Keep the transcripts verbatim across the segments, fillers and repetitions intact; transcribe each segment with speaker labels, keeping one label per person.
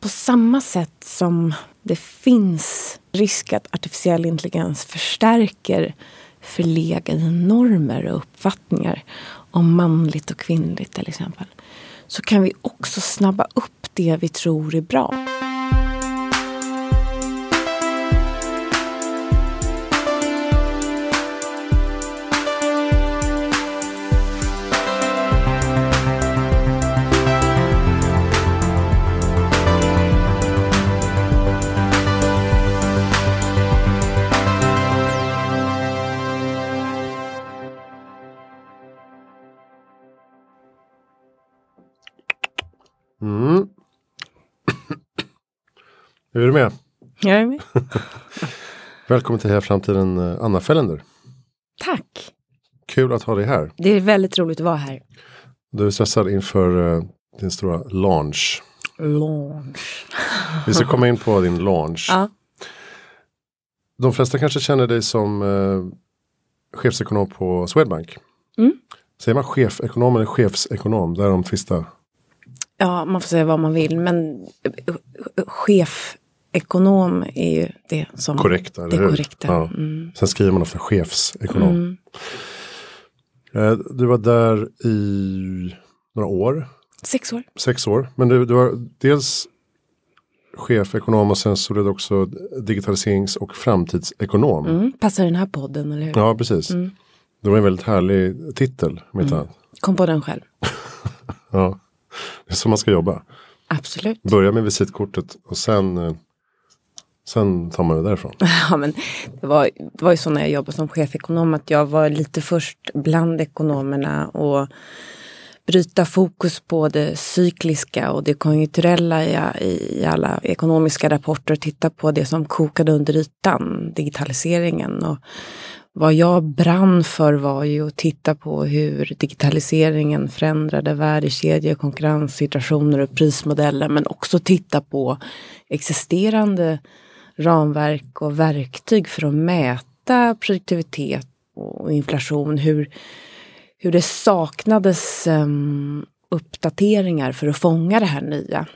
Speaker 1: på samma sätt som det finns risk att artificiell intelligens förstärker förlegade normer och uppfattningar om manligt och kvinnligt till exempel, så kan vi också snabba upp det vi tror är bra.
Speaker 2: Mm. Är du med?
Speaker 1: Jag är med.
Speaker 2: Välkommen till Heja Framtiden, Anna Fällender.
Speaker 1: Tack.
Speaker 2: Kul att ha dig här.
Speaker 1: Det är väldigt roligt att vara här.
Speaker 2: Du är stressad inför uh, din stora launch.
Speaker 1: Launch.
Speaker 2: Vi ska komma in på din launch.
Speaker 1: Ja.
Speaker 2: De flesta kanske känner dig som uh, chefsekonom på Swedbank.
Speaker 1: Mm.
Speaker 2: Säger man chefekonom eller chefsekonom? Där de tvistar.
Speaker 1: Ja, man får säga vad man vill, men chefekonom är ju det som...
Speaker 2: Korrekta, eller
Speaker 1: det
Speaker 2: hur?
Speaker 1: korrekta.
Speaker 2: Ja.
Speaker 1: Mm.
Speaker 2: Sen skriver man ofta chefsekonom.
Speaker 1: Mm.
Speaker 2: Eh, du var där i några år.
Speaker 1: Sex år.
Speaker 2: Sex år. Men du, du var dels chefekonom och sen så blev du också digitaliserings- och framtidsekonom.
Speaker 1: Mm. Passar den här podden, eller hur?
Speaker 2: Ja, precis.
Speaker 1: Mm.
Speaker 2: Det var en väldigt härlig titel. Med
Speaker 1: Mm. Kom på den själv.
Speaker 2: Ja, det är så man ska jobba.
Speaker 1: Absolut.
Speaker 2: Börja med visitkortet och sen, sen tar man det därifrån.
Speaker 1: Ja, men det var, det var ju så när jag jobbade som chefekonom att jag var lite först bland ekonomerna och bryta fokus på det cykliska och det konjunkturella i, i alla ekonomiska rapporter. Titta på det som kokade under ytan, digitaliseringen. Och vad jag brann för var ju att titta på hur digitaliseringen förändrade värdekedjor, konkurrenssituationer och prismodeller. Men också titta på existerande ramverk och verktyg för att mäta produktivitet och inflation. Hur, hur det saknades um, uppdateringar för att fånga det här nya.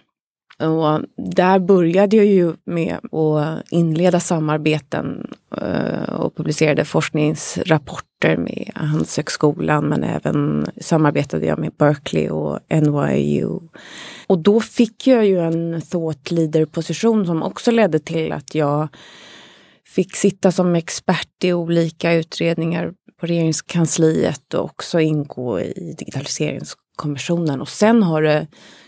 Speaker 1: Och där började jag ju med att inleda samarbeten uh, och publicerade forskningsrapporter med Handelshögskolan, men även samarbetade jag med Berkeley och N Y U. Och då fick jag ju en thought leader-position som också ledde till att jag fick sitta som expert i olika utredningar på regeringskansliet och också ingå i digitaliseringskommissionen. Och sen har det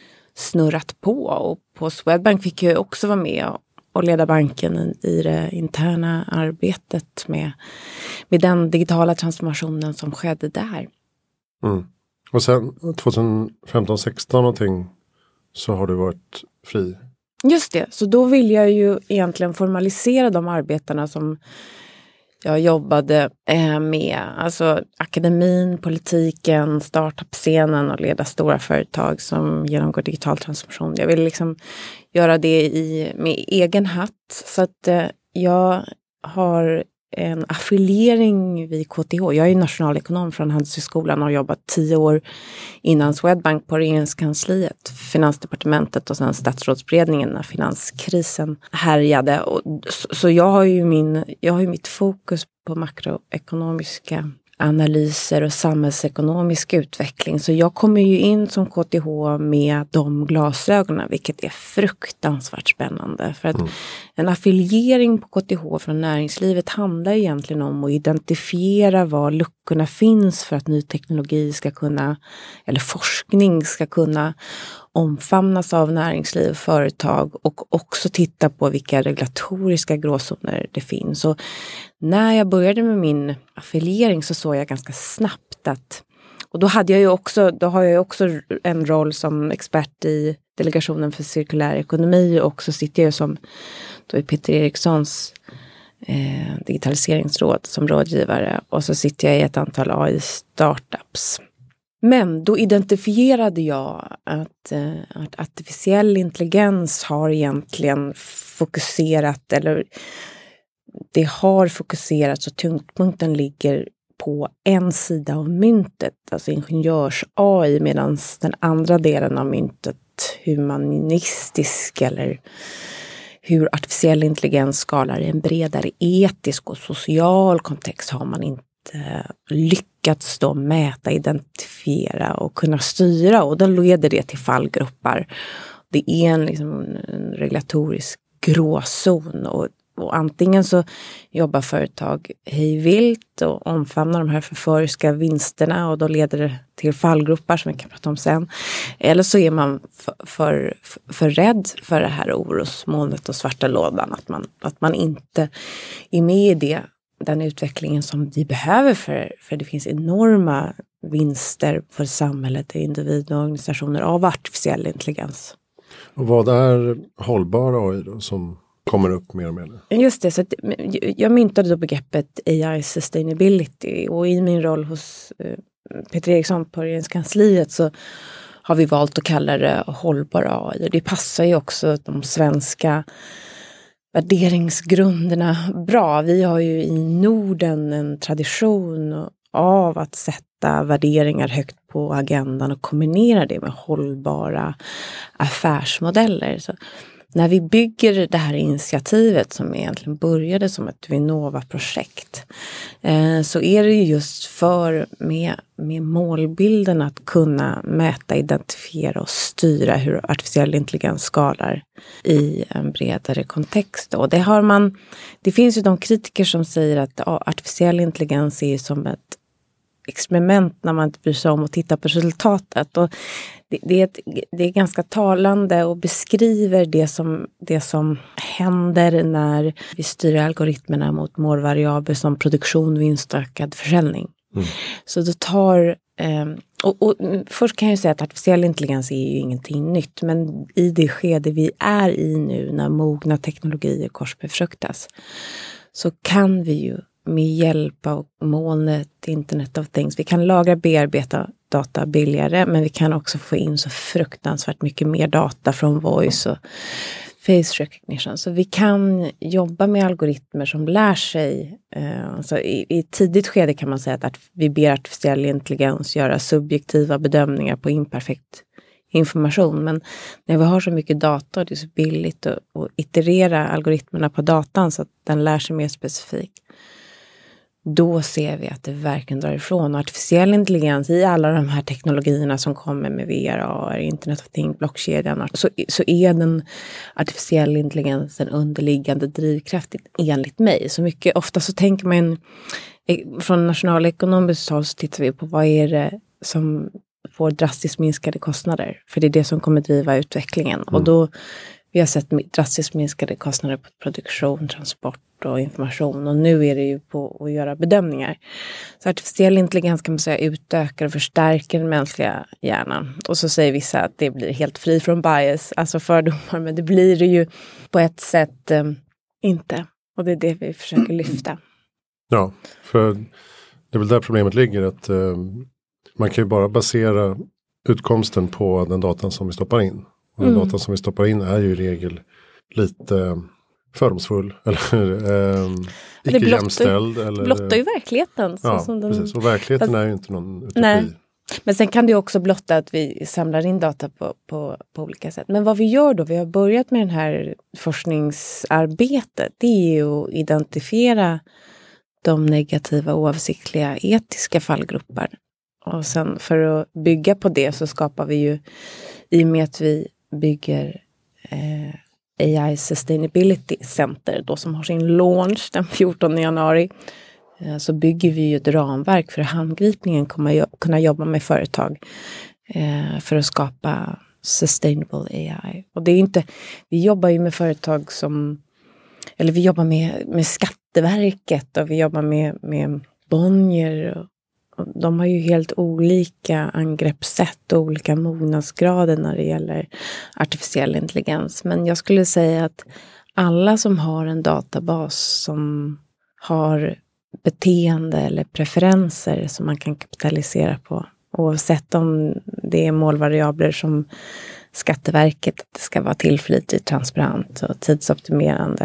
Speaker 1: snurrat på, och på Swedbank fick jag också vara med och leda banken i det interna arbetet med, med den digitala transformationen som skedde där.
Speaker 2: Mm. Och sen tjugohundrafemton sexton någonting så har du varit fri.
Speaker 1: Just det, så då vill jag ju egentligen formalisera de arbetarna som jag jobbade med, alltså akademin, politiken, startup-scenen och leda stora företag som genomgår digital transformation. Jag vill liksom göra det i, med egen hatt, så att eh, jag har en affiliering vid K T H. Jag är nationalekonom från Handelshögskolan och har jobbat tio år innan Swedbank på regeringskansliet, Finansdepartementet och sen statsrådsberedningen när finanskrisen härjade. Och, så, så jag har ju min, jag har ju mitt fokus på makroekonomiska analyser och samhällsekonomisk utveckling. Så jag kommer ju in som K T H med de glasögonen, vilket är fruktansvärt spännande. För att mm. en affiliering på K T H från näringslivet handlar egentligen om att identifiera var luckorna finns för att ny teknologi ska kunna, eller forskning ska kunna omfamnas av näringsliv och företag, och också titta på vilka regulatoriska gråzoner det finns. Och när jag började med min affiliering så såg jag ganska snabbt att, och då hade jag ju också, då har jag ju också en roll som expert i delegationen för cirkulär ekonomi, och så sitter jag som då är Peter Erikssons eh, digitaliseringsråd som rådgivare, och så sitter jag i ett antal A I-startups. Men då identifierade jag att, eh, att artificiell intelligens har egentligen fokuserat, eller det har fokuserat så tyngdpunkten ligger på en sida av myntet, alltså ingenjörs-A I, medan den andra delen av myntet humanistisk eller hur artificiell intelligens skalar i en bredare etisk och social kontext har man inte lyckats då mäta, identifiera och kunna styra, och då leder det till fallgropar. Det är en, liksom, en regulatorisk gråzon, och, och antingen så jobbar företag hejvilt och omfamnar de här förföriska vinsterna, och då leder det till fallgropar som vi kan prata om sen. Eller så är man för, för, för rädd för det här orosmolnet och svarta lådan, att man, att man inte är med i det, den utvecklingen som vi behöver, för, för det finns enorma vinster för samhället, individer och organisationer av artificiell intelligens.
Speaker 2: Och vad är hållbar A I då som kommer upp mer och mer?
Speaker 1: Just det, så att jag myntade då begreppet A I sustainability, och i min roll hos eh, Peter Eriksson på regeringskansliet så har vi valt att kalla det hållbar A I. Det passar ju också de svenska värderingsgrunderna bra. Vi har ju i Norden en tradition av att sätta värderingar högt på agendan och kombinera det med hållbara affärsmodeller. Så när vi bygger det här initiativet som egentligen började som ett Vinnova-projekt eh, så är det just för med, med målbilden att kunna mäta, identifiera och styra hur artificiell intelligens skalar i en bredare kontext. Och det har man, det finns ju de kritiker som säger att ja, artificiell intelligens är som ett experiment när man inte bryr sig om att titta på resultatet. Och det, det, är ett, det är ganska talande och beskriver det som, det som händer när vi styr algoritmerna mot målvariabler som produktion, vinst och ökad försäljning. Mm. Så det tar... Eh, och, och först kan jag säga att artificiell intelligens är ju ingenting nytt, men i det skede vi är i nu när mogna teknologier korsbefruktas så kan vi ju med hjälp av molnet, Internet of Things. Vi kan lagra, bearbeta data billigare, men vi kan också få in så fruktansvärt mycket mer data från voice och face recognition. Så vi kan jobba med algoritmer som lär sig. Eh, alltså i, i ett tidigt skede kan man säga att, att vi ber artificiell intelligens göra subjektiva bedömningar på imperfekt information. Men när vi har så mycket data och det är så billigt att, att iterera algoritmerna på datan så att den lär sig mer specifikt, då ser vi att det verkligen drar ifrån. Och artificiell intelligens i alla de här teknologierna som kommer med V R, A R, Internet of Things, blockkedjan, så, så är den artificiell intelligens en underliggande drivkraft enligt mig. Så mycket, ofta så tänker man, från nationalekonomiskt håll så tittar vi på vad är det som får drastiskt minskade kostnader. För det är det som kommer driva utvecklingen. Mm. Och då, vi har sett drastiskt minskade kostnader på produktion, transport och information. Och nu är det ju på att göra bedömningar. Så artificiell intelligens kan man säga utökar och förstärker den mänskliga hjärnan. Och så säger vissa att det blir helt fri från bias, alltså fördomar. Men det blir det ju på ett sätt eh, inte. Och det är det vi försöker lyfta.
Speaker 2: Ja, för det är väl där problemet ligger. Att eh, man kan ju bara basera utkomsten på den datan som vi stoppar in. Och den mm. datan som vi stoppar in är ju i regel lite fördomsfull eller eh, icke jämställd.
Speaker 1: Det blottar ju verkligheten. Så
Speaker 2: ja,
Speaker 1: som den...
Speaker 2: precis. Och verkligheten Fast... är ju inte någon utopi.
Speaker 1: Nej. Men sen kan det också blotta att vi samlar in data på, på, på olika sätt. Men vad vi gör då, vi har börjat med den här forskningsarbetet, det är ju att identifiera de negativa oavsiktliga etiska fallgropar. Och sen för att bygga på det så skapar vi ju, i och med att vi bygger eh, A I Sustainability Center då, som har sin launch den fjortonde januari, eh, så bygger vi ju ett ramverk för handgripningen kommer jo- kunna jobba med företag eh, för att skapa sustainable A I. Och det är inte, vi jobbar ju med företag som, eller vi jobbar med, med Skatteverket och vi jobbar med, med Bonnier och de har ju helt olika angreppssätt och olika mognadsgrader när det gäller artificiell intelligens. Men jag skulle säga att alla som har en databas som har beteende eller preferenser som man kan kapitalisera på, oavsett om det är målvariabler som Skatteverket, att det ska vara tillförlitligt, transparent och tidsoptimerande,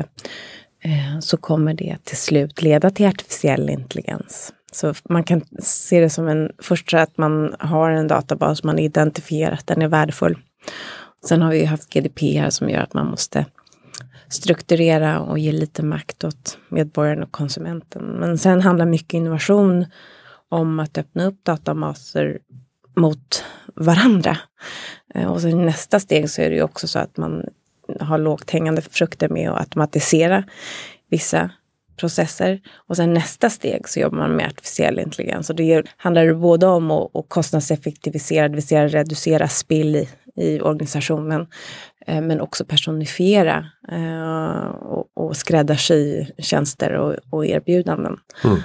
Speaker 1: så kommer det till slut leda till artificiell intelligens. Så man kan se det som en första att man har en databas, man identifierar att den är värdefull. Sen har vi ju haft G D P R som gör att man måste strukturera och ge lite makt åt medborgaren och konsumenten. Men sen handlar mycket innovation om att öppna upp databaser mot varandra. Och sen i nästa steg så är det ju också så att man har lågt hängande frukter med att automatisera vissa processer. Och sen nästa steg så jobbar man med artificiell intelligens. Och det handlar både om att, att kostnadseffektivisera, det vill säga reducera spill i, i organisationen. Eh, men också personifiera eh, och, och skräddarsy tjänster och, och erbjudanden.
Speaker 2: Mm.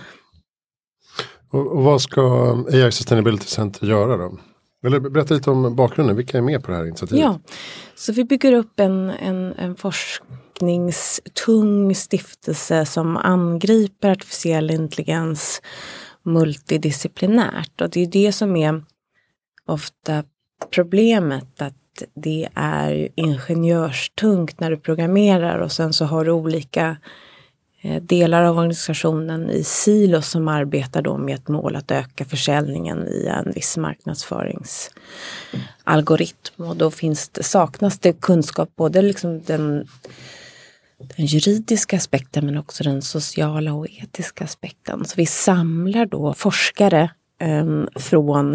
Speaker 2: Och, och vad ska A I Sustainability Center göra då? Eller berätta lite om bakgrunden. Vilka är med på det här initiativet?
Speaker 1: Ja, så vi bygger upp en, en, en forskningstung stiftelse som angriper artificiell intelligens multidisciplinärt. Och det är det som är ofta problemet, att det är ingenjörstungt när du programmerar och sen så har du olika delar av organisationen i silos som arbetar då med ett mål att öka försäljningen via en viss marknadsföringsalgoritm. Och då finns det, saknas det kunskap, både liksom den, den juridiska aspekten men också den sociala och etiska aspekten. Så vi samlar då forskare eh, från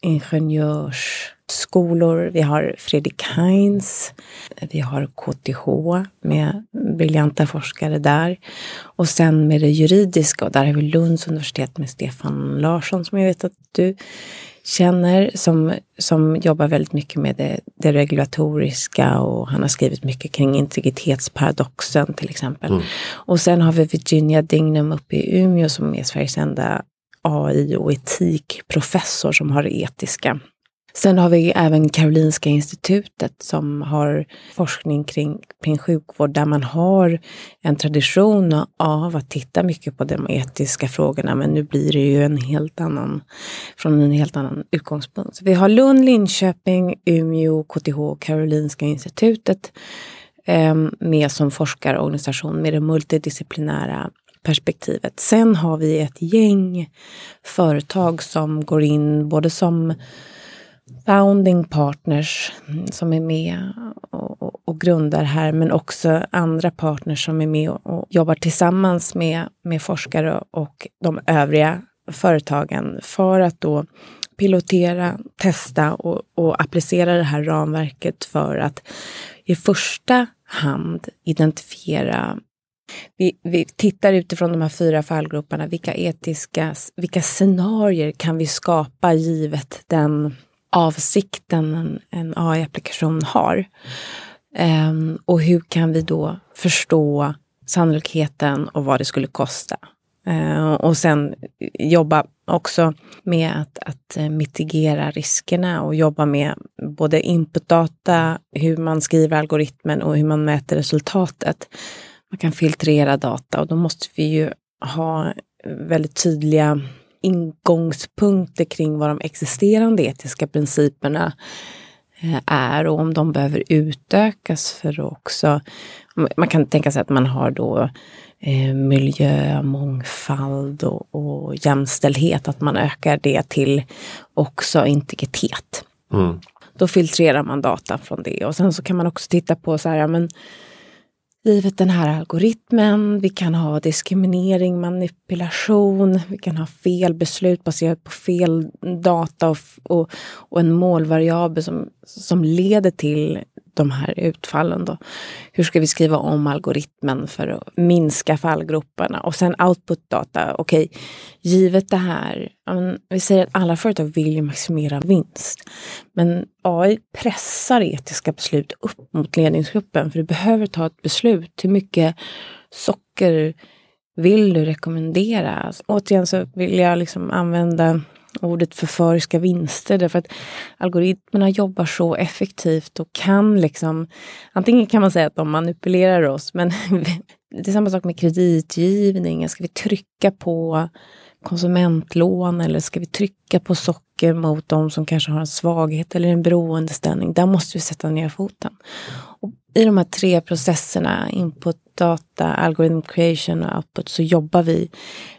Speaker 1: ingenjörsskolor. Vi har Fredrik Heinz, vi har K T H med briljanta forskare där. Och sen med det juridiska, och där har vi Lunds universitet med Stefan Larsson som jag vet att du känner, som, som jobbar väldigt mycket med det, det regulatoriska, och han har skrivit mycket kring integritetsparadoxen till exempel. Mm. Och sen har vi Virginia Dignam uppe i Umeå som är Sveriges enda A I- och etikprofessor som har det etiska. Sen har vi även Karolinska institutet som har forskning kring, kring sjukvård, där man har en tradition av att titta mycket på de etiska frågorna, men nu blir det ju en helt annan, från en helt annan utgångspunkt. Så vi har Lund, Linköping, Umeå, K T H och Karolinska institutet eh, med som forskarorganisation med det multidisciplinära perspektivet. Sen har vi ett gäng företag som går in både som founding partners som är med och, och, och grundar här, men också andra partners som är med och, och jobbar tillsammans med, med forskare och de övriga företagen för att då pilotera, testa och, och applicera det här ramverket för att i första hand identifiera. Vi, vi tittar utifrån de här fyra fallgroparna, vilka etiska, vilka scenarier kan vi skapa givet den avsikten en, en A I-applikation har. Um, och hur kan vi då förstå sannolikheten och vad det skulle kosta. Uh, och sen jobba också med att, att mitigera riskerna och jobba med både inputdata, hur man skriver algoritmen och hur man mäter resultatet. Man kan filtrera data, och då måste vi ju ha väldigt tydliga ingångspunkter kring vad de existerande etiska principerna är och om de behöver utökas för att också. Man kan tänka sig att man har då eh, miljö, mångfald och, och jämställdhet, att man ökar det till också integritet. Mm. Då filtrerar man data från det, och sen så kan man också titta på så här, ja, men givet den här algoritmen, vi kan ha diskriminering, manipulation, vi kan ha fel beslut baserat på fel data och, och, och en målvariabel som, som leder till de här utfallen då. Hur ska vi skriva om algoritmen för att minska fallgroparna? Och sen output-data, okej, okay, givet det här, vi säger att alla företag vill ju maximera vinst. Men A I pressar etiska beslut upp mot ledningsgruppen, för du behöver ta ett beslut. Hur mycket socker vill du rekommendera? Alltså, återigen så vill jag liksom använda ordet förföriska vinster, därför att algoritmerna jobbar så effektivt och kan liksom, antingen kan man säga att de manipulerar oss, men det är samma sak med kreditgivning. Ska vi trycka på konsumentlån eller ska vi trycka på socker mot de som kanske har en svaghet eller en beroendeställning? Där måste vi sätta ner foten. Och i de här tre processerna, input, data, algorithm creation och output, så jobbar vi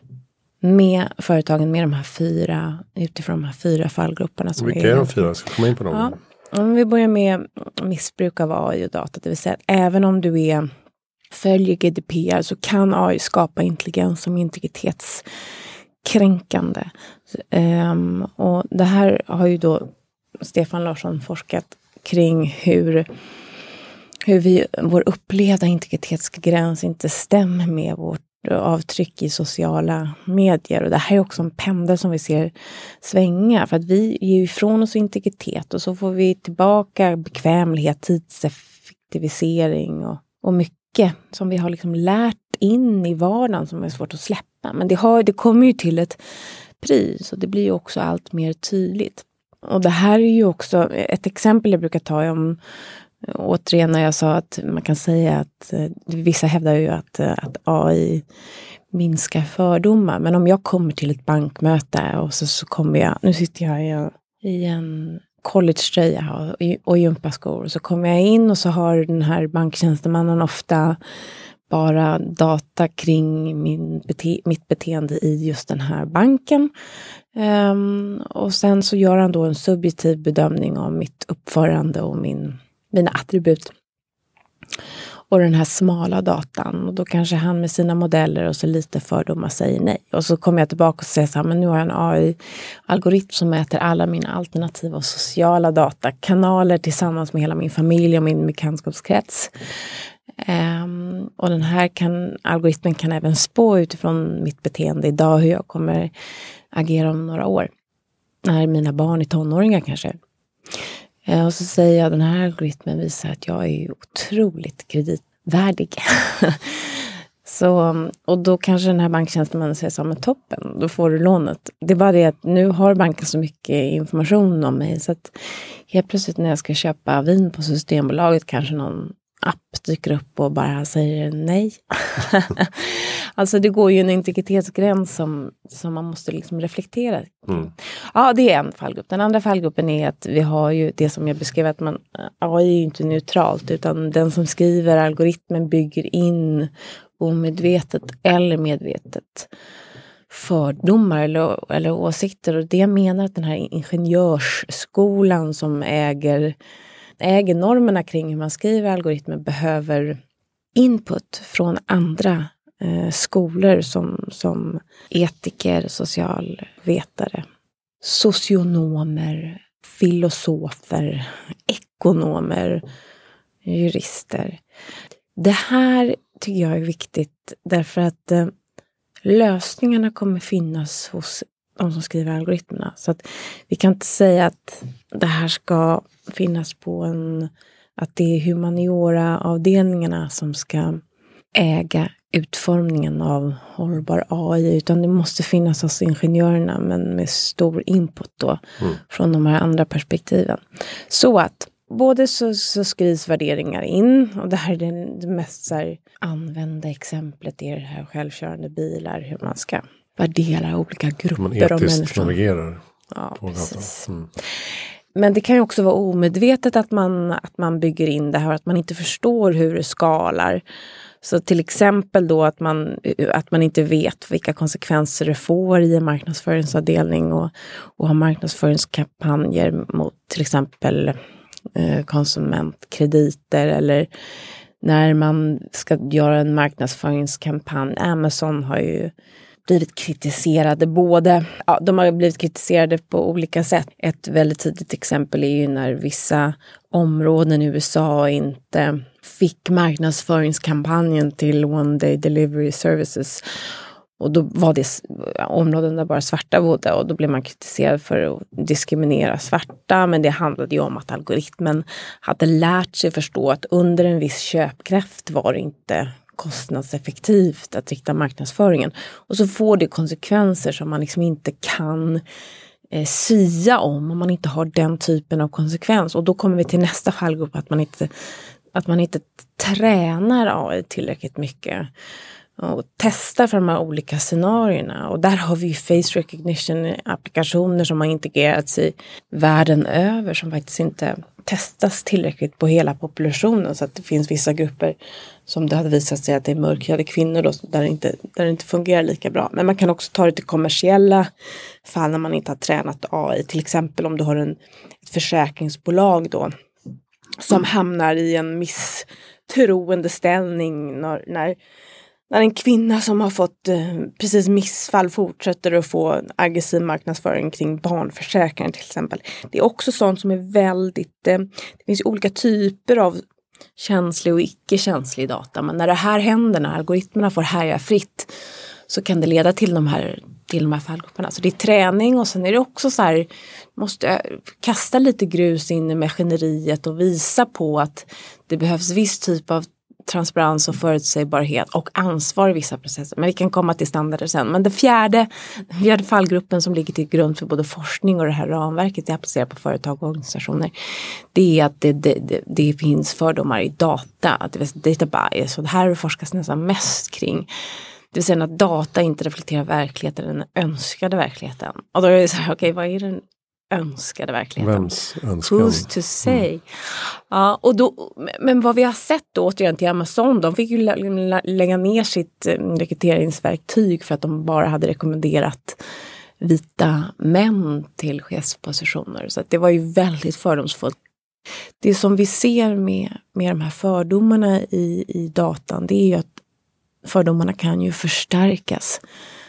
Speaker 1: med företagen med de här fyra, utifrån de här fyra fallgrupperna. Som
Speaker 2: vilka är de fyra? Ska komma in på dem? Ja.
Speaker 1: Om vi börjar med missbruk av A I och data, det vill säga att även om du är, följer G D P R så kan A I skapa intelligens som integritetskränkande. Um, och det här har ju då Stefan Larsson forskat kring hur, hur vi, vår upplevda integritetsgräns inte stämmer med vårt avtryck i sociala medier. Och det här är också en pendel som vi ser svänga. För att vi ger ifrån oss integritet och så får vi tillbaka bekvämlighet, tidseffektivisering och, och mycket som vi har liksom lärt in i vardagen som är svårt att släppa. Men det, har, det kommer ju till ett pris och det blir ju också allt mer tydligt. Och det här är ju också ett exempel jag brukar ta om, återigen när jag sa att man kan säga att vissa hävdar ju att, att A I minskar fördomar. Men om jag kommer till ett bankmöte och så, så kommer jag, nu sitter jag i en collegetröja och, och gympaskor. Och så kommer jag in och så har den här banktjänstemannen ofta bara data kring min bete- mitt beteende i just den här banken. Um, och sen så gör han då en subjektiv bedömning av mitt uppförande och min, mina attribut. Och den här smala datan. Och då kanske han med sina modeller och så lite fördomar säger nej. Och så kommer jag tillbaka och säger så här, men nu har jag en A I-algoritm som mäter alla mina alternativa och sociala datakanaler tillsammans med hela min familj och min bekantskapskrets. Um, och den här kan, algoritmen kan även spå utifrån mitt beteende idag hur jag kommer agera om några år. När mina barn är tonåringar kanske. Uh, och så säger jag, den här algoritmen visar att jag är otroligt kreditvärdig. Så, och då kanske den här banktjänstemannen säger så, men toppen, då får du lånet. Det är bara det att nu har banken så mycket information om mig så att helt plötsligt när jag ska köpa vin på Systembolaget kanske någon app dyker upp och bara säger nej. Alltså det går ju en integritetsgräns som, som man måste liksom reflektera. Mm. Ja, det är en fallgrupp. Den andra fallgruppen är att vi har ju det som jag beskrev att man, A I är ju inte neutralt utan den som skriver algoritmen bygger in omedvetet eller medvetet fördomar eller, eller åsikter. Och det jag menar att den här ingenjörsskolan som äger äger normerna kring hur man skriver algoritmer behöver input från andra eh, skolor som, som etiker, socialvetare, socionomer, filosofer, ekonomer, jurister. Det här tycker jag är viktigt därför att eh, lösningarna kommer finnas hos de som skriver algoritmerna. Så att vi kan inte säga att det här ska finnas på en, att det är humaniora-avdelningarna som ska äga utformningen av hållbar A I, utan det måste finnas hos ingenjörerna men med stor input då mm. från de här andra perspektiven. Så att både så, så skrivs värderingar in och det här är det, det mest så här, använda exemplet är det här självkörande bilar, hur man ska värdera olika grupper
Speaker 2: man etiskt
Speaker 1: av människor.
Speaker 2: Navigerar
Speaker 1: ja,
Speaker 2: på
Speaker 1: precis.
Speaker 2: Mm.
Speaker 1: Men det kan ju också vara omedvetet att man, att man bygger in det här, att man inte förstår hur det skalar. Så till exempel då att man, att man inte vet vilka konsekvenser det får i en marknadsföringsavdelning och, och ha marknadsföringskampanjer mot till exempel eh, konsumentkrediter eller när man ska göra en marknadsföringskampanj. Amazon har ju blivit kritiserade både, ja, de har blivit kritiserade på olika sätt. Ett väldigt tidigt exempel är ju när vissa områden i U S A inte fick marknadsföringskampanjen till One Day Delivery Services. Och då var det områden där bara svarta bodde och då blev man kritiserad för att diskriminera svarta. Men det handlade ju om att algoritmen hade lärt sig förstå att under en viss köpkraft var det inte kostnadseffektivt att rikta marknadsföringen. Och så får det konsekvenser som man liksom inte kan eh, sia om om man inte har den typen av konsekvens. Och då kommer vi till nästa fallgrupp att man inte, att man inte tränar A I tillräckligt mycket. och testar för de här olika scenarierna. Och där har vi ju face recognition-applikationer som har integrerats i världen över som faktiskt inte testas tillräckligt på hela populationen. Så att det finns vissa grupper som det hade visat sig att det är mörkhyade kvinnor då, där, det inte, där det inte fungerar lika bra. Men man kan också ta det till kommersiella fall när man inte har tränat A I. Till exempel om du har en, ett försäkringsbolag då som hamnar i en misstroende ställning när, när, när en kvinna som har fått eh, precis missfall fortsätter att få aggressiv marknadsföring kring barnförsäkringen till exempel. Det är också sånt som är väldigt, eh, det finns ju olika typer av känslig och icke-känslig data. Men när det här händer, när algoritmerna får härja fritt så kan det leda till de här, till de här fallgrupperna. Så det är träning och sen är det också så här, måste kasta lite grus in i maskineriet och visa på att det behövs viss typ av transparens och förutsägbarhet och ansvar i vissa processer. Men vi kan komma till standarder sen. Men det fjärde, fjärde fallgruppen som ligger till grund för både forskning och det här ramverket det applicerar på företag och organisationer. Det är att det, det, det, det finns fördomar i data. Att det är data bias och det här forskas nästan mest kring. Det vill säga att data inte reflekterar verkligheten, den önskade verkligheten. Och då är det så här, okej, okay, vad är den önskade verkligheten?
Speaker 2: Vems önskan?
Speaker 1: Who's to say? Mm. Ja, och då, men vad vi har sett då återigen till Amazon, de fick ju lä- lägga ner sitt rekryteringsverktyg för att de bara hade rekommenderat vita män till chefspositioner. Så att det var ju väldigt fördomsfullt. Det som vi ser med, med de här fördomarna i, i datan, det är ju att fördomarna kan ju förstärkas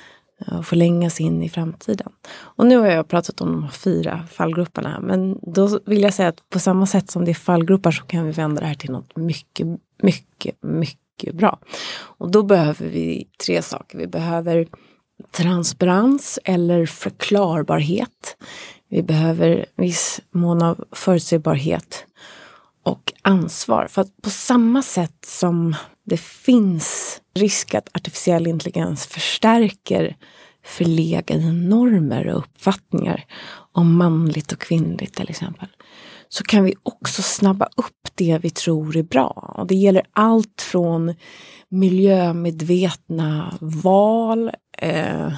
Speaker 1: och förlängas in i framtiden. Och nu har jag pratat om de här fyra fallgrupperna. Men då vill jag säga att på samma sätt som det är fallgrupper så kan vi vända det här till något mycket, mycket, mycket bra. Och då behöver vi tre saker. Vi behöver transparens eller förklarbarhet. Vi behöver viss mån av förutsägbarhet och ansvar. För att på samma sätt som det finns risk att artificiell intelligens förstärker förlegade normer och uppfattningar om manligt och kvinnligt till exempel. Så kan vi också snabba upp det vi tror är bra. Och det gäller allt från miljömedvetna val, eh,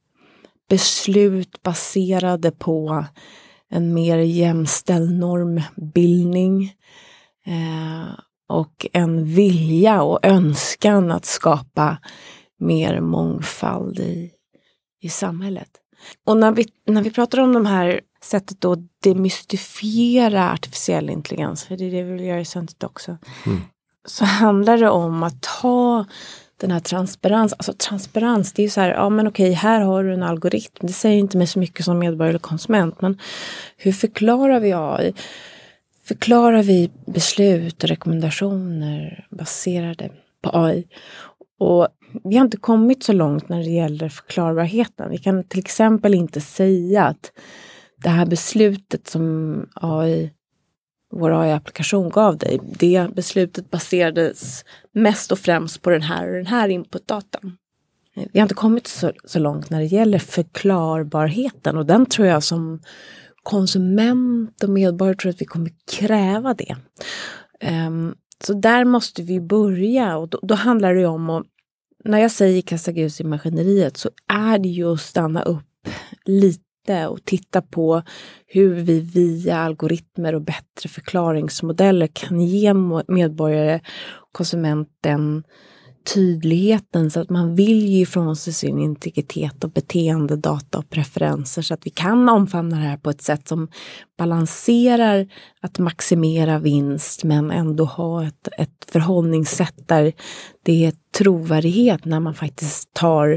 Speaker 1: beslut baserade på en mer jämställd normbildning eh, och en vilja och önskan att skapa mer mångfald i, i samhället. Och när vi, när vi pratar om de här sättet att demystifiera artificiell intelligens, för det är det vi vill göra i Centret också, mm. så handlar det om att ha den här transparens. Alltså transparens, det är ju så här, ja men okej, här har du en algoritm. Det säger inte mig så mycket som medborgare eller konsument, men hur förklarar vi A I? Förklarar vi beslut och rekommendationer baserade på A I? Och vi har inte kommit så långt när det gäller förklarbarheten. Vi kan till exempel inte säga att det här beslutet som A I, vår A I-applikation gav dig, det beslutet baserades mest och främst på den här och den här inputdatan. Vi har inte kommit så, så långt när det gäller förklarbarheten, och den tror jag som konsument och medborgare tror att vi kommer kräva det. Um, så där måste vi börja, och då, då handlar det om att, när jag säger kasta grus i maskineriet, så är det ju att stanna upp lite och titta på hur vi via algoritmer och bättre förklaringsmodeller kan ge medborgare och konsumenten tydligheten, så att man vill ge ifrån sig sin integritet och beteende, data och preferenser, så att vi kan omfamna det här på ett sätt som balanserar att maximera vinst men ändå ha ett, ett förhållningssätt där det är trovärdighet när man faktiskt tar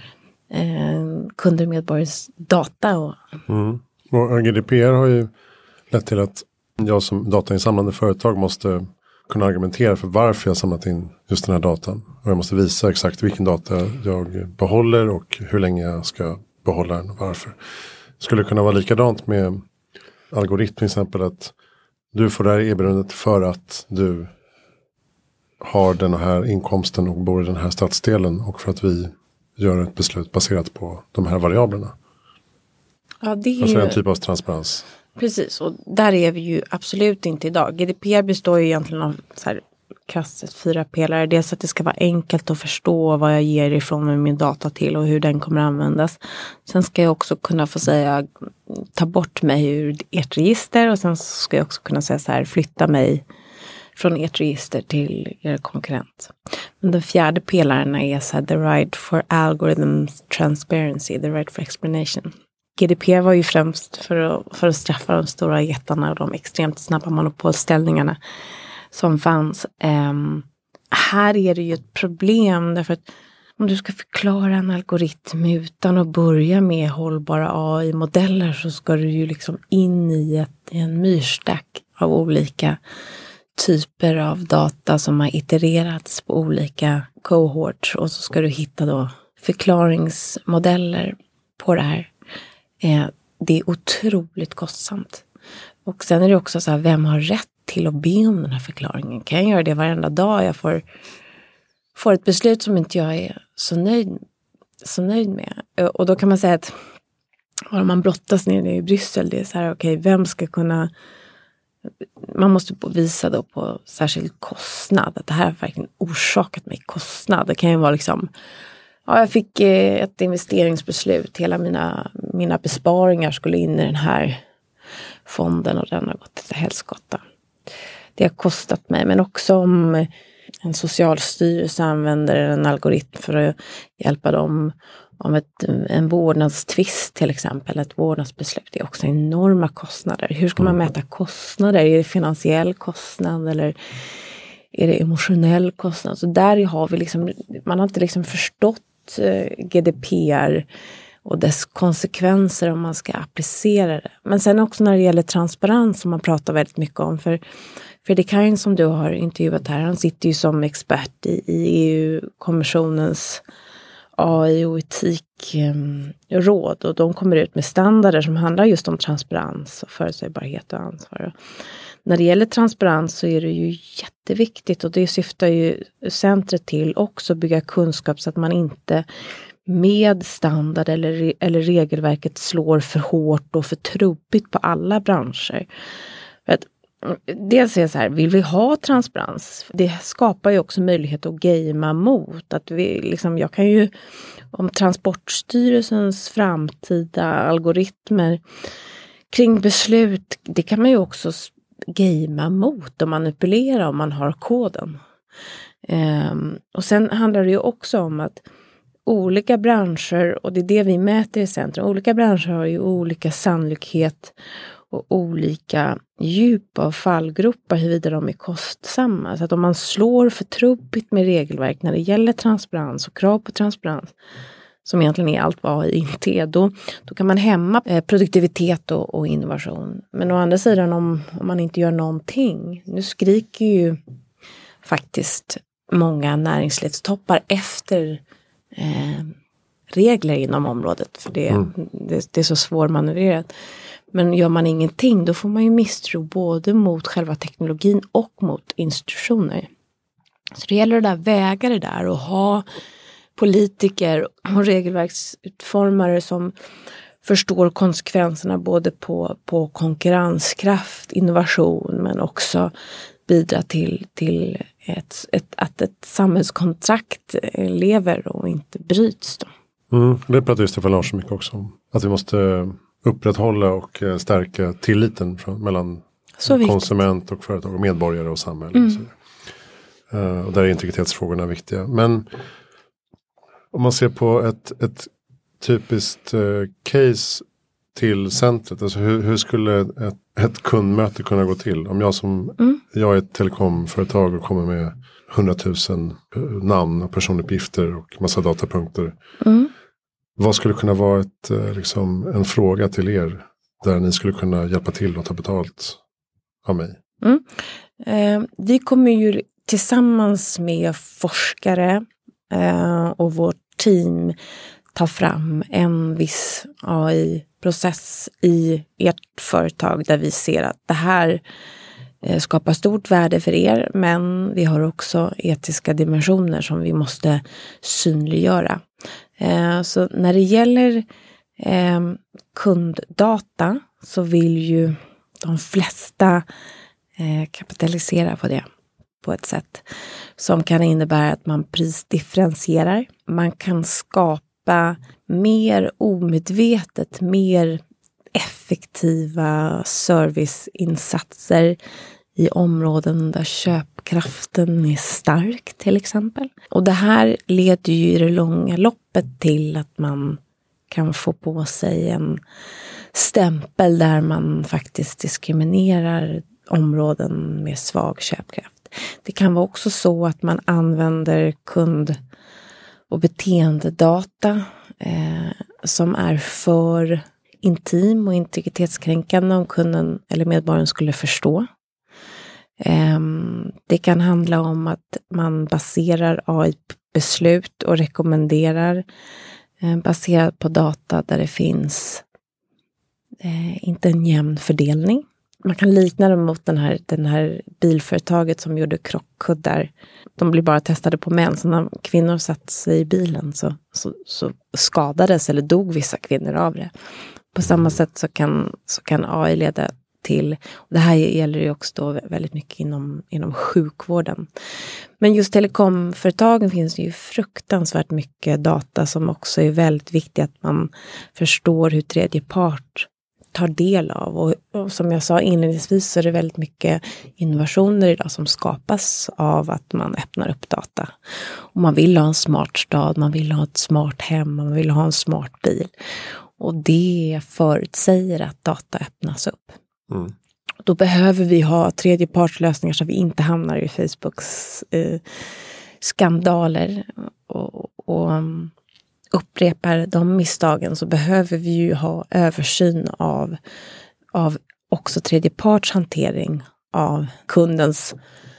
Speaker 1: eh, kunder och medborgares data. Och... Mm.
Speaker 2: Och G D P R har ju lett till att jag som datainsamlande företag måste kunna argumentera för varför jag samlat in just den här datan. Och jag måste visa exakt vilken data jag behåller och hur länge jag ska behålla den och varför. Skulle det kunna vara likadant med algoritm till exempel, att du får det här erbjudandet för att du har den här inkomsten och bor i den här stadsdelen, och för att vi gör ett beslut baserat på de här variablerna.
Speaker 1: Ja, det är ju...
Speaker 2: Alltså en typ av transparens.
Speaker 1: Precis, och där är vi ju absolut inte idag. G D P R består ju egentligen av så här krasst fyra pelare. Dels att det ska vara enkelt att förstå vad jag ger ifrån med min data till och hur den kommer att användas. Sen ska jag också kunna få säga ta bort mig ur ert register, och sen ska jag också kunna säga så här, flytta mig från ert register till er konkurrent. Men den fjärde pelaren är så här, the right for algorithm transparency, the right for explanation. G D P R var ju främst för att, för att straffa de stora jättarna och de extremt snabba monopolställningarna som fanns. Um, här är det ju ett problem, därför att om du ska förklara en algoritm utan att börja med hållbara A I-modeller, så ska du ju liksom in i, ett, i en myrstack av olika typer av data som har itererats på olika cohorts, och så ska du hitta då förklaringsmodeller på det här. Eh, det är otroligt kostsamt. Och sen är det också så här, vem har rätt till att be om den här förklaringen? Kan jag göra det varenda dag jag får, får ett beslut som inte jag är så nöjd, så nöjd med? Och då kan man säga att om man brottas ner i Bryssel, det är så här, okej, okay, vem ska kunna... Man måste visa då på särskild kostnad, att det här har verkligen orsakat mig kostnad. Det kan ju vara liksom, ja, jag fick ett investeringsbeslut, hela mina, mina besparingar skulle in i den här fonden och den har gått till helskotta. Det har kostat mig, men också om en socialstyrelse använder en algoritm för att hjälpa dem om ett, en vårdnadstvist till exempel, ett vårdnadsbeslut, det är också enorma kostnader. Hur ska man mäta kostnader? Är det finansiell kostnad eller är det emotionell kostnad? Så där har vi liksom, man har inte liksom förstått G D P R och dess konsekvenser om man ska applicera det. Men sen också när det gäller transparens som man pratar väldigt mycket om, för Fredrik Karin som du har intervjuat här, han sitter ju som expert i, i E U-kommissionens A I och etikråd, och de kommer ut med standarder som handlar just om transparens och förutsägbarhet och ansvar. När det gäller transparens så är det ju jätteviktigt, och det syftar ju centret till också, bygga kunskap så att man inte med standard eller, eller regelverket slår för hårt och för trubbigt på alla branscher. För att dels är det så här, vill vi ha transparens? Det skapar ju också möjlighet att gamea mot. Att vi, liksom, jag kan ju, om Transportstyrelsens framtida algoritmer kring beslut, det kan man ju också gamea mot och manipulera om man har koden. Um, och sen handlar det ju också om att olika branscher, och det är det vi mäter i centrum, olika branscher har ju olika sannolikhet och olika djup av fallgropar huruvida de är kostsamma. Så att om man slår för trubbigt med regelverk när det gäller transparens och krav på transparens, som egentligen är allt vad A I inte är, då, då kan man hämma produktivitet och, och innovation. Men å andra sidan om, om man inte gör någonting, nu skriker ju faktiskt många näringslivstoppar efter eh, regler inom området, för det, mm. det, det är så svårmanövrerat. Men gör man ingenting, då får man ju misstro både mot själva teknologin och mot institutioner. Så det gäller att där väga det där och ha politiker och regelverksutformare som förstår konsekvenserna både på, på konkurrenskraft, innovation, men också bidra till, till ett, ett, att ett samhällskontrakt lever och inte bryts då.
Speaker 2: Mm, det pratar ju Stefan Larsson mycket också om. Att vi måste upprätthålla och stärka tilliten från, mellan konsument och företag och medborgare och samhälle. Mm. Och, så. Uh, och där är integritetsfrågorna viktiga. Men om man ser på ett, ett typiskt uh, case till centret, alltså hur, hur skulle ett, ett kundmöte kunna gå till? Om jag som mm. jag är ett telekomföretag och kommer med hundratusen namn och personuppgifter och massa datapunkter. Mm. Vad skulle kunna vara ett, liksom, en fråga till er där ni skulle kunna hjälpa till och ta betalt av mig?
Speaker 1: Mm. Eh, vi kommer ju tillsammans med forskare eh, och vårt team ta fram en viss A I-process i ert företag där vi ser att det här eh, skapar stort värde för er, men vi har också etiska dimensioner som vi måste synliggöra. Eh, så när det gäller eh, kunddata så vill ju de flesta eh, kapitalisera på det på ett sätt som kan innebära att man prisdifferentierar. Man kan skapa mer omedvetet, mer effektiva serviceinsatser i områden där köpkraften är stark till exempel. Och det här leder ju i det långa loppet till att man kan få på sig en stämpel där man faktiskt diskriminerar områden med svag köpkraft. Det kan vara också så att man använder kund- och beteendedata eh, som är för intim och integritetskränkande om kunden eller medborgaren skulle förstå. Eh, det kan handla om att man baserar A I-beslut och rekommenderar eh, baserat på data där det finns eh, inte en jämn fördelning. Man kan likna det mot den här, den här bilföretaget som gjorde krockkuddar. De blir bara testade på män. Så när kvinnor satt sig i bilen så, så, så skadades eller dog vissa kvinnor av det. På samma sätt så kan, så kan A I leda till, och det här gäller ju också då väldigt mycket inom, inom sjukvården. Men just telekomföretagen finns ju fruktansvärt mycket data som också är väldigt viktigt att man förstår hur tredje part tar del av. Och, och som jag sa inledningsvis så är det väldigt mycket innovationer idag som skapas av att man öppnar upp data. Och man vill ha en smart stad, man vill ha ett smart hem, man vill ha en smart bil. Och det förutsäger att data öppnas upp. Mm. Då behöver vi ha tredjepartslösningar så att vi inte hamnar i Facebooks eh, skandaler och, och upprepar de misstagen, så behöver vi ju ha översyn av, av också tredjepartshantering av kundens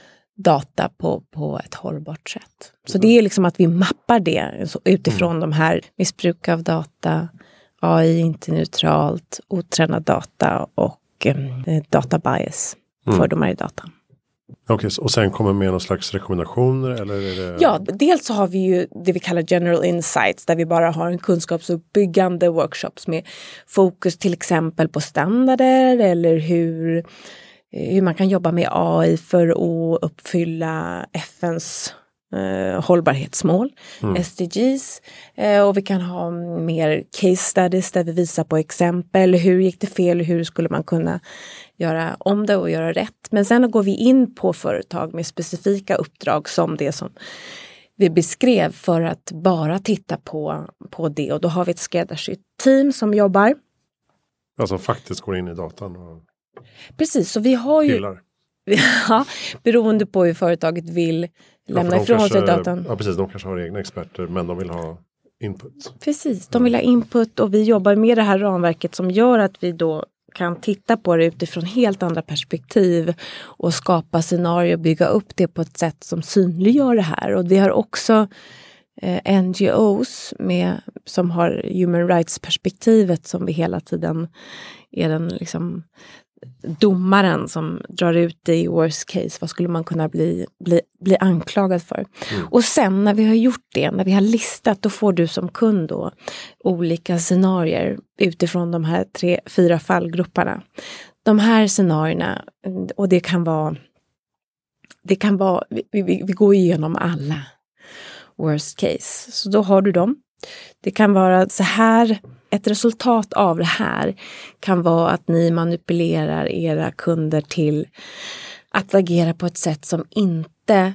Speaker 1: data på, på ett hållbart sätt. Så det är liksom att vi mappar det så utifrån mm. de här missbruk av data, A I inte neutralt, otränad data och eh, data bias, mm. fördomar i data.
Speaker 2: Okej, och sen kommer med någon slags rekommendationer eller är det...
Speaker 1: Ja, dels så har vi ju det vi kallar general insights där vi bara har en kunskapsuppbyggande workshops med fokus till exempel på standarder eller hur, hur man kan jobba med A I för att uppfylla F N:s eh, hållbarhetsmål, mm. S D Gs. Eh, och vi kan ha mer case studies där vi visar på exempel hur gick det fel och hur skulle man kunna göra om det och göra rätt. Men sen går vi in på företag med specifika uppdrag som det som vi beskrev för att bara titta på, på det. Och då har vi ett skräddarsytt team som jobbar.
Speaker 2: Alltså faktiskt går in i datan. Och
Speaker 1: precis, så vi har ju... Pillar. Ja, beroende på hur företaget vill lämna
Speaker 2: ja,
Speaker 1: ifrån
Speaker 2: kanske,
Speaker 1: sig datan.
Speaker 2: Ja, precis. De kanske har egna experter men de vill ha input.
Speaker 1: Precis, de vill ha input och vi jobbar med det här ramverket som gör att vi då kan titta på det utifrån helt andra perspektiv och skapa scenarier och bygga upp det på ett sätt som synliggör det här. Och vi har också eh, N G Os med, som har human rights-perspektivet som vi hela tiden är den liksom domaren som drar ut det i worst case. Vad skulle man kunna bli, bli, bli anklagad för? Mm. Och sen när vi har gjort det, när vi har listat, då får du som kund då olika scenarier utifrån de här tre, fyra fallgrupperna. De här scenarierna, och det kan vara, det kan vara, vi, vi, vi går igenom alla worst case. Så då har du dem. Det kan vara så här. Ett resultat av det här kan vara att ni manipulerar era kunder till att agera på ett sätt som inte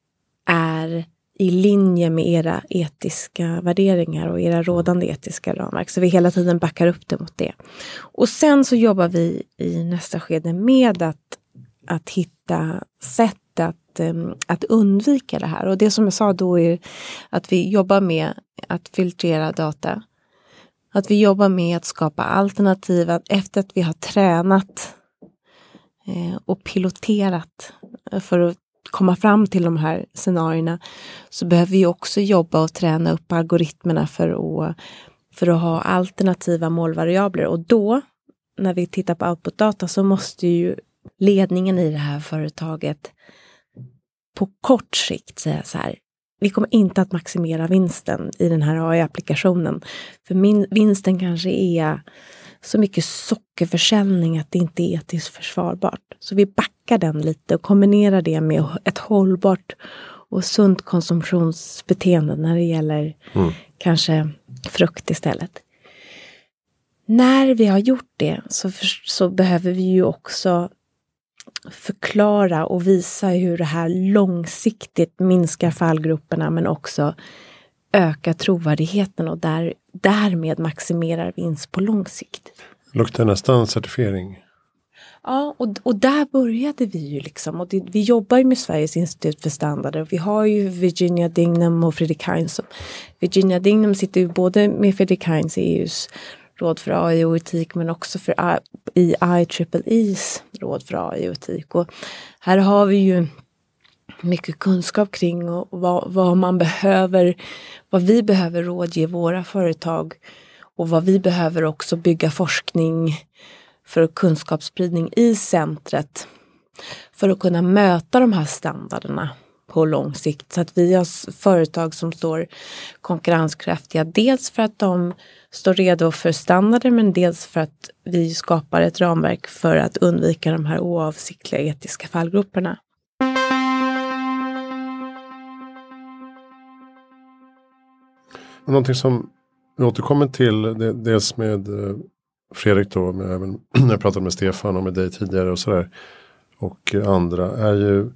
Speaker 1: är i linje med era etiska värderingar och era rådande etiska ramverk. Så vi hela tiden backar upp det mot det. Och sen så jobbar vi i nästa skede med att, att hitta sätt att, att undvika det här. Och det som jag sa då är att vi jobbar med att filtrera data. Att vi jobbar med att skapa alternativ efter att vi har tränat eh, och piloterat för att komma fram till de här scenarierna, så behöver vi också jobba och träna upp algoritmerna för att, för att ha alternativa målvariabler. Och då, när vi tittar på output-data, så måste ju ledningen i det här företaget på kort sikt säga så här: vi kommer inte att maximera vinsten i den här A I-applikationen. För min, vinsten kanske är så mycket sockerförsäljning att det inte är etiskt försvarbart. Så vi backar den lite och kombinerar det med ett hållbart och sunt konsumtionsbeteende när det gäller mm. kanske frukt istället. När vi har gjort det så, för, så behöver vi ju också förklara och visa hur det här långsiktigt minskar fallgrupperna men också ökar trovärdigheten och där, därmed maximerar vinst på lång sikt.
Speaker 2: Luktar nästan certifiering.
Speaker 1: Ja, och, och där började vi ju liksom. Och det, vi jobbar ju med Sveriges institut för standarder. Och vi har ju Virginia Dignam och Fredrik Heinz. Virginia Dignam sitter ju både med Fredrik Heinz i E U:s råd för A I och etik men också för i I triple E's råd för A I och etik. Och här har vi ju mycket kunskap kring och vad, vad man behöver, vad vi behöver rådge våra företag och vad vi behöver också bygga forskning för kunskapsspridning i centret för att kunna möta de här standarderna på lång sikt. Så att vi har företag som står konkurrenskraftiga dels för att de står redo för standarder men dels för att vi skapar ett ramverk för att undvika de här oavsiktliga etiska fallgrupperna.
Speaker 2: Någonting som vi återkommer till det, dels med Fredrik då, men även när jag pratade med Stefan och med dig tidigare och sådär och andra är ju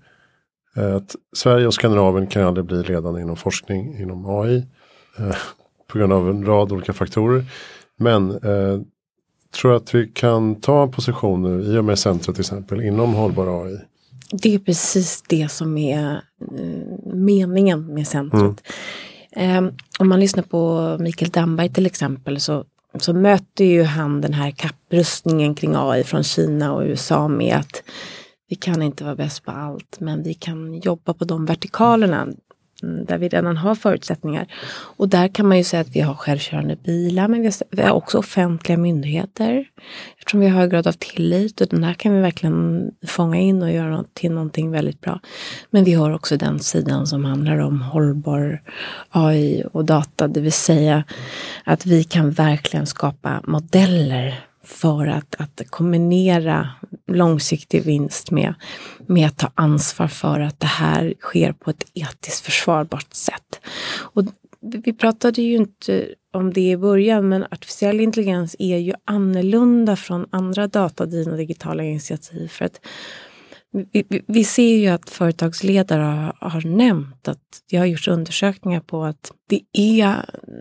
Speaker 2: att Sverige och Skandinavien kan aldrig bli ledande inom forskning inom A I eh, på grund av en rad olika faktorer. Men eh, tror att vi kan ta en position nu i och med centret till exempel inom hållbar A I.
Speaker 1: Det är precis det som är eh, meningen med centret. Mm. Eh, om man lyssnar på Mikael Damberg till exempel så, så möter ju han den här kapprustningen kring A I från Kina och U S A med att vi kan inte vara bäst på allt men vi kan jobba på de vertikalerna där vi redan har förutsättningar. Och där kan man ju säga att vi har självkörande bilar men vi har också offentliga myndigheter eftersom vi har hög grad av tillit och den här kan vi verkligen fånga in och göra till någonting väldigt bra. Men vi har också den sidan som handlar om hållbar A I och data, det vill säga att vi kan verkligen skapa modeller för att, att kombinera långsiktig vinst med, med att ta ansvar för att det här sker på ett etiskt försvarbart sätt. Och vi pratade ju inte om det i början men artificiell intelligens är ju annorlunda från andra datadrivna digitala initiativ för att vi, vi, vi ser ju att företagsledare har, har nämnt att det har gjorts undersökningar på att det är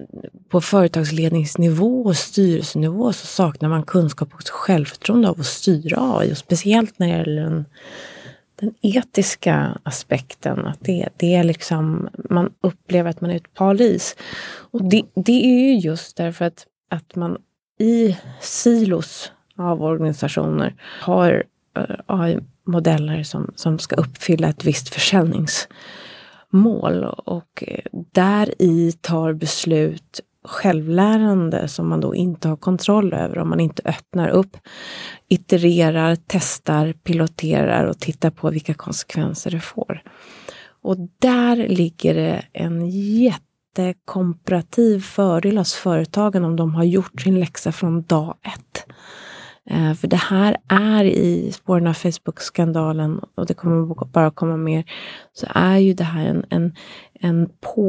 Speaker 1: på företagsledningsnivå och styrelsenivå så saknar man kunskap och självförtroende av att styra A I och speciellt när det gäller den, den etiska aspekten att det, det är liksom man upplever att man är ett paris och det, det är ju just därför att, att man i silos av organisationer har A I-modeller som, som ska uppfylla ett visst försäljningsmål och där i tar beslut självlärande som man då inte har kontroll över om man inte öppnar upp, itererar, testar, piloterar och tittar på vilka konsekvenser det får. Och där ligger det en jättekomparativ fördel hos företagen om de har gjort sin läxa från dag ett. Eh, för det här är i spåren av Facebook-skandalen och det kommer bara komma mer så är ju det här en, en, en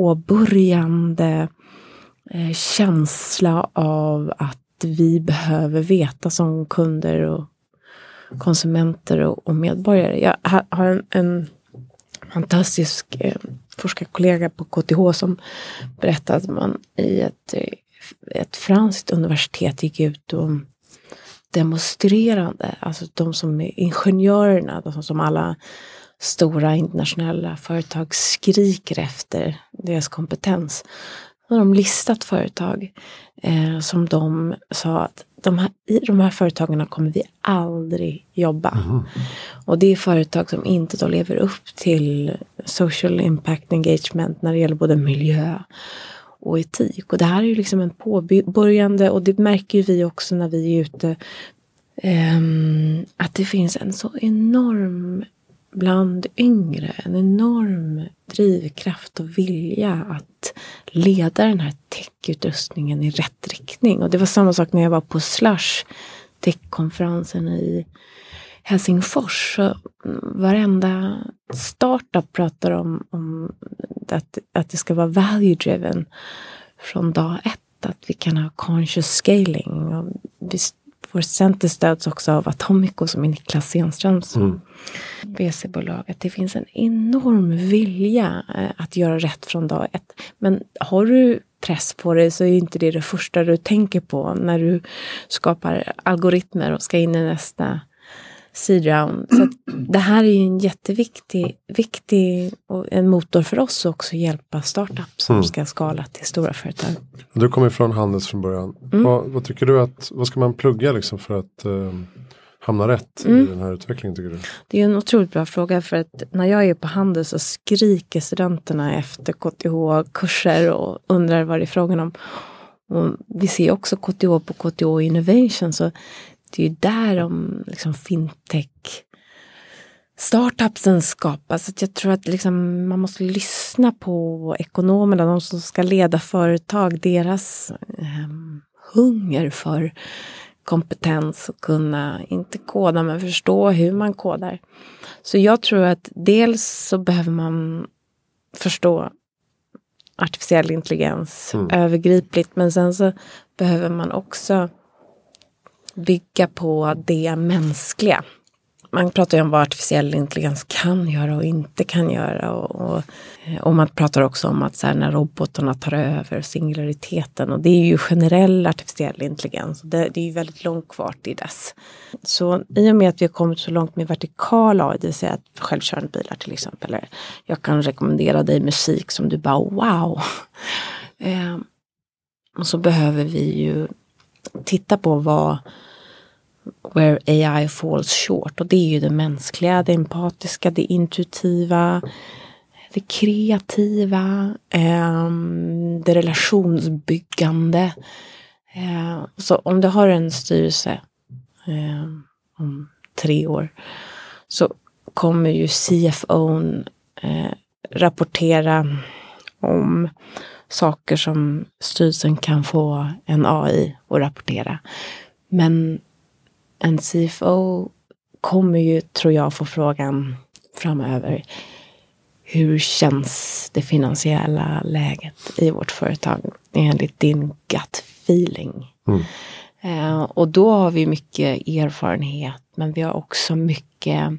Speaker 1: påbörjande eh, känsla av att vi behöver veta som kunder och konsumenter och, och medborgare. Jag har en, en fantastisk eh, forskarkollega på K T H som berättade att man i ett, ett franskt universitet gick ut och demonstrerande, alltså de som är ingenjörerna, de som alla stora internationella företag skriker efter deras kompetens. Så har de listat företag eh, som de sa att de här, i de här företagen kommer vi aldrig jobba. Mm. Och det är företag som inte då lever upp till social impact engagement när det gäller både miljö och etik. Och det här är ju liksom en påbörjande och det märker ju vi också när vi är ute um, att det finns en så enorm bland yngre, en enorm drivkraft och vilja att leda den här tech-utrustningen i rätt riktning. Och det var samma sak när jag var på Slush, tech-konferensen i Helsingfors. Så varenda startup pratar om, om att, att det ska vara value-driven från dag ett. Att vi kan ha conscious scaling. Och vi, vår center stöds också av Atomico som är Niklas Stenströms mm. V C-bolag. Att det finns en enorm vilja att göra rätt från dag ett. Men har du press på dig så är inte det det första du tänker på när du skapar algoritmer och ska in i nästa seed round. Så att det här är ju en jätteviktig viktig och en motor för oss också att hjälpa startups som mm. ska skala till stora företag.
Speaker 2: Du kommer från Handels från början. Mm. Vad, vad tycker du att, vad ska man plugga liksom för att eh, hamna rätt mm. i den här utvecklingen tycker du?
Speaker 1: Det är en otroligt bra fråga för att när jag är på Handels så skriker studenterna efter K T H-kurser och undrar vad det är frågan om. Och vi ser också K T H på K T H Innovation så det är ju där de liksom fintech startupsen skapas. Så jag tror att liksom man måste lyssna på ekonomerna, de som ska leda företag, deras eh, hunger för kompetens och kunna inte koda men förstå hur man kodar. Så jag tror att dels så behöver man förstå artificiell intelligens mm. övergripligt men sen så behöver man också bygga på det mänskliga. Man pratar ju om vad artificiell intelligens kan göra och inte kan göra. Och, och, och man pratar också om att så här, när robotarna tar över singulariteten. Och det är ju generell artificiell intelligens. Och det, det är ju väldigt långt kvar till dess. Så i och med att vi har kommit så långt med vertikal A I, det vill säga att självkörande bilar till exempel. Eller jag kan rekommendera dig musik som du bara wow. Eh, och så behöver vi ju titta på vad where A I falls short. Och det är ju det mänskliga, det empatiska, det intuitiva, det kreativa, eh, det relationsbyggande. Eh, så om du har en styrelse eh, om tre år så kommer ju C F O:n eh, rapportera om saker som styrelsen kan få en A I att rapportera. Men en C F O kommer ju, tror jag, få frågan framöver. Hur känns det finansiella läget i vårt företag enligt din gut feeling? Mm. Eh, och då har vi mycket erfarenhet, men vi har också mycket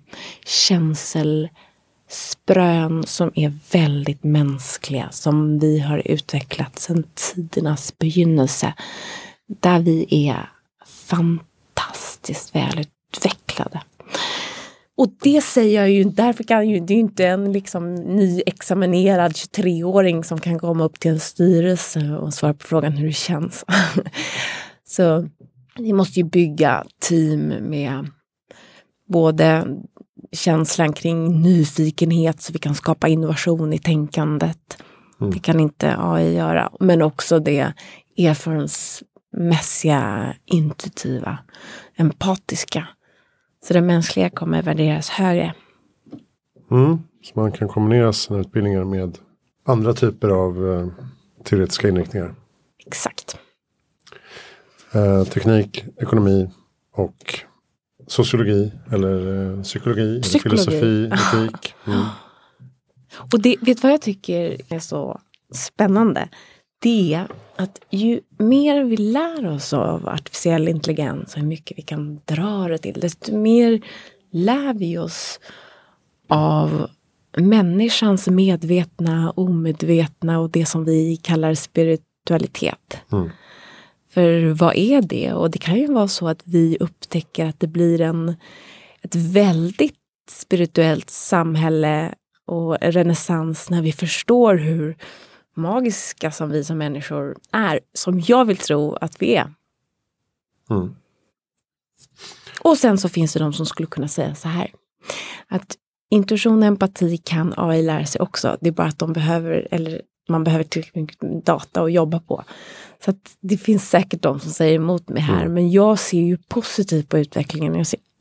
Speaker 1: känselsprön som är väldigt mänskliga, som vi har utvecklat sedan tidernas begynnelse, där vi är fantastiskt välutvecklade. Och det säger jag ju, därför kan ju, det är ju inte en liksom nyexaminerad tjugotre-åring som kan komma upp till en styrelse och svara på frågan hur det känns. Så vi måste ju bygga team med både känslan kring nyfikenhet så vi kan skapa innovation i tänkandet. Mm. Det kan inte A I göra. Men också det erfarenhetsmässiga, intuitiva, empatiska. Så det mänskliga kommer värderas högre.
Speaker 2: Mm. Så man kan kombinera sina utbildningar med andra typer av eh, teoretiska inriktningar.
Speaker 1: Exakt.
Speaker 2: Eh, teknik, ekonomi och sociologi eller eh, psykologi,
Speaker 1: psykologi.
Speaker 2: Eller filosofi, etik. Mm.
Speaker 1: Och det, vet du vad jag tycker är så spännande? Det är att ju mer vi lär oss av artificiell intelligens och hur mycket vi kan dra det till, desto mer lär vi oss av människans medvetna, omedvetna och det som vi kallar spiritualitet. Mm. För vad är det? Och det kan ju vara så att vi upptäcker att det blir en, ett väldigt spirituellt samhälle och renässans när vi förstår hur magiska som vi som människor är, som jag vill tro att vi är. Mm. Och sen så finns det de som skulle kunna säga så här, att intuition och empati kan A I lära sig också. Det är bara att de behöver, eller man behöver tillräckligt mycket data att jobba på. Så att det finns säkert de som säger emot mig här. Mm. Men jag ser ju positivt på utvecklingen. Jag ser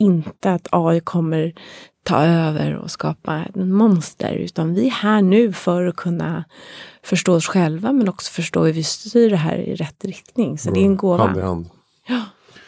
Speaker 1: inte att A I kommer ta över och skapa en monster, utan vi är här nu för att kunna förstå oss själva, men också förstå hur vi styr det här i rätt riktning. Så
Speaker 2: Bra.
Speaker 1: det är en gåva.
Speaker 2: Hand i hand.
Speaker 1: Ja.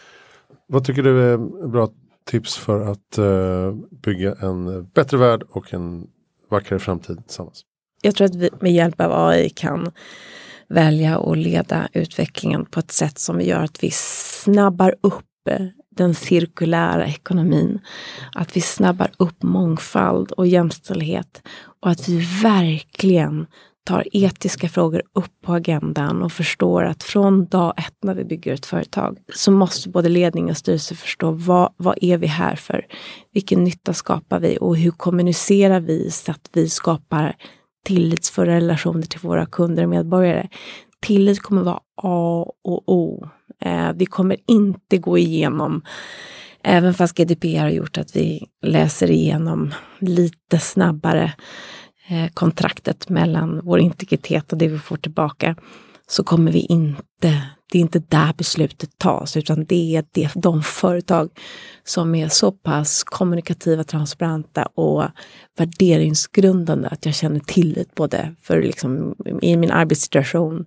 Speaker 2: Vad tycker du är bra tips för att uh, bygga en bättre värld och en vackrare framtid tillsammans?
Speaker 1: Jag tror att vi med hjälp av A I kan välja och leda utvecklingen på ett sätt som gör att vi snabbar upp den cirkulära ekonomin. Att vi snabbar upp mångfald och jämställdhet. Och att vi verkligen tar etiska frågor upp på agendan och förstår att från dag ett när vi bygger ett företag så måste både ledning och styrelse förstå vad, vad är vi här för? Vilken nytta skapar vi och hur kommunicerar vi så att vi skapar tillitsfulla relationer till våra kunder och medborgare. Tillit kommer vara A och O. Eh, vi kommer inte gå igenom, även fast G D P R har gjort att vi läser igenom lite snabbare eh, kontraktet mellan vår integritet och det vi får tillbaka, så kommer vi inte, det är inte där beslutet tas, utan det är det, de företag som är så pass kommunikativa, transparenta och värderingsgrundande att jag känner tillit både för liksom, i min arbetssituation,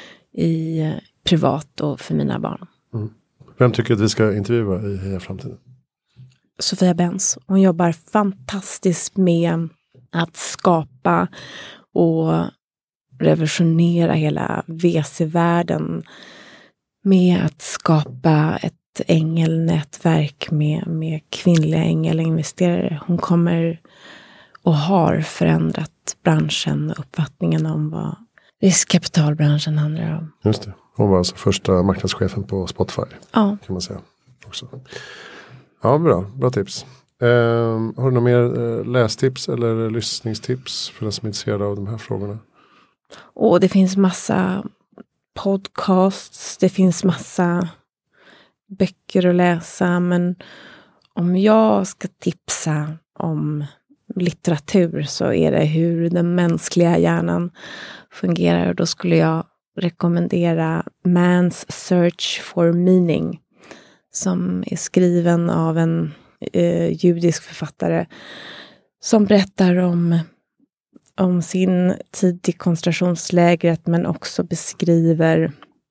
Speaker 1: i privat och för mina barn.
Speaker 2: Mm. Vem tycker att vi ska intervjua i Heja Framtiden?
Speaker 1: Sofia Benz. Hon jobbar fantastiskt med att skapa och revolutionera hela V C-världen med att skapa ett ängelnätverk med, med kvinnliga ängelinvesterare. Hon kommer och har förändrat branschen och uppfattningen om vad riskkapitalbranschen handlar om.
Speaker 2: Just det. Hon var alltså första marknadschefen på Spotify.
Speaker 1: Ja.
Speaker 2: Kan man säga också. Ja, bra. Bra tips. Eh, har du några mer eh, lästips eller lyssningstips för den som är intresserad av de här frågorna?
Speaker 1: Och det finns massa podcasts, det finns massa böcker att läsa, men om jag ska tipsa om litteratur så är det hur den mänskliga hjärnan fungerar, och då skulle jag rekommendera Man's Search for Meaning, som är skriven av en eh, judisk författare som berättar om om sin tid i koncentrationslägret, men också beskriver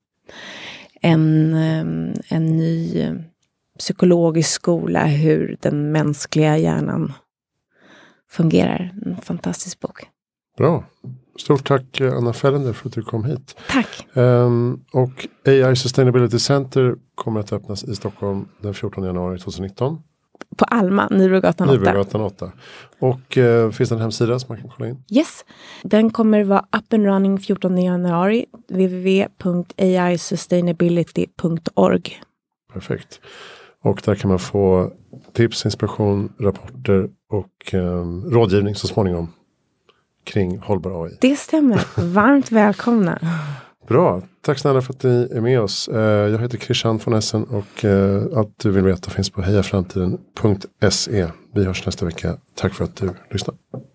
Speaker 1: en, en ny psykologisk skola, hur den mänskliga hjärnan fungerar. En fantastisk bok.
Speaker 2: Bra. Stort tack Anna Fällender för att du kom hit.
Speaker 1: Tack.
Speaker 2: Um, och A I Sustainability Center kommer att öppnas i Stockholm den fjortonde januari tjugonitton.
Speaker 1: På Alma, Nybrogatan åtta.
Speaker 2: Nybrogatan åtta. Och uh, finns det en hemsida som man kan kolla in?
Speaker 1: Yes, den kommer vara up and running fjortonde januari. w w w punkt a i sustainability punkt org.
Speaker 2: Perfekt. Och där kan man få tips, inspiration, rapporter och um, rådgivning så småningom kring hållbar A I.
Speaker 1: Det stämmer. Varmt välkomna.
Speaker 2: Bra. Tack snälla för att ni är med oss. Jag heter Christian von Essen och allt du vill veta finns på hejaframtiden punkt se. Vi hörs nästa vecka. Tack för att du lyssnar.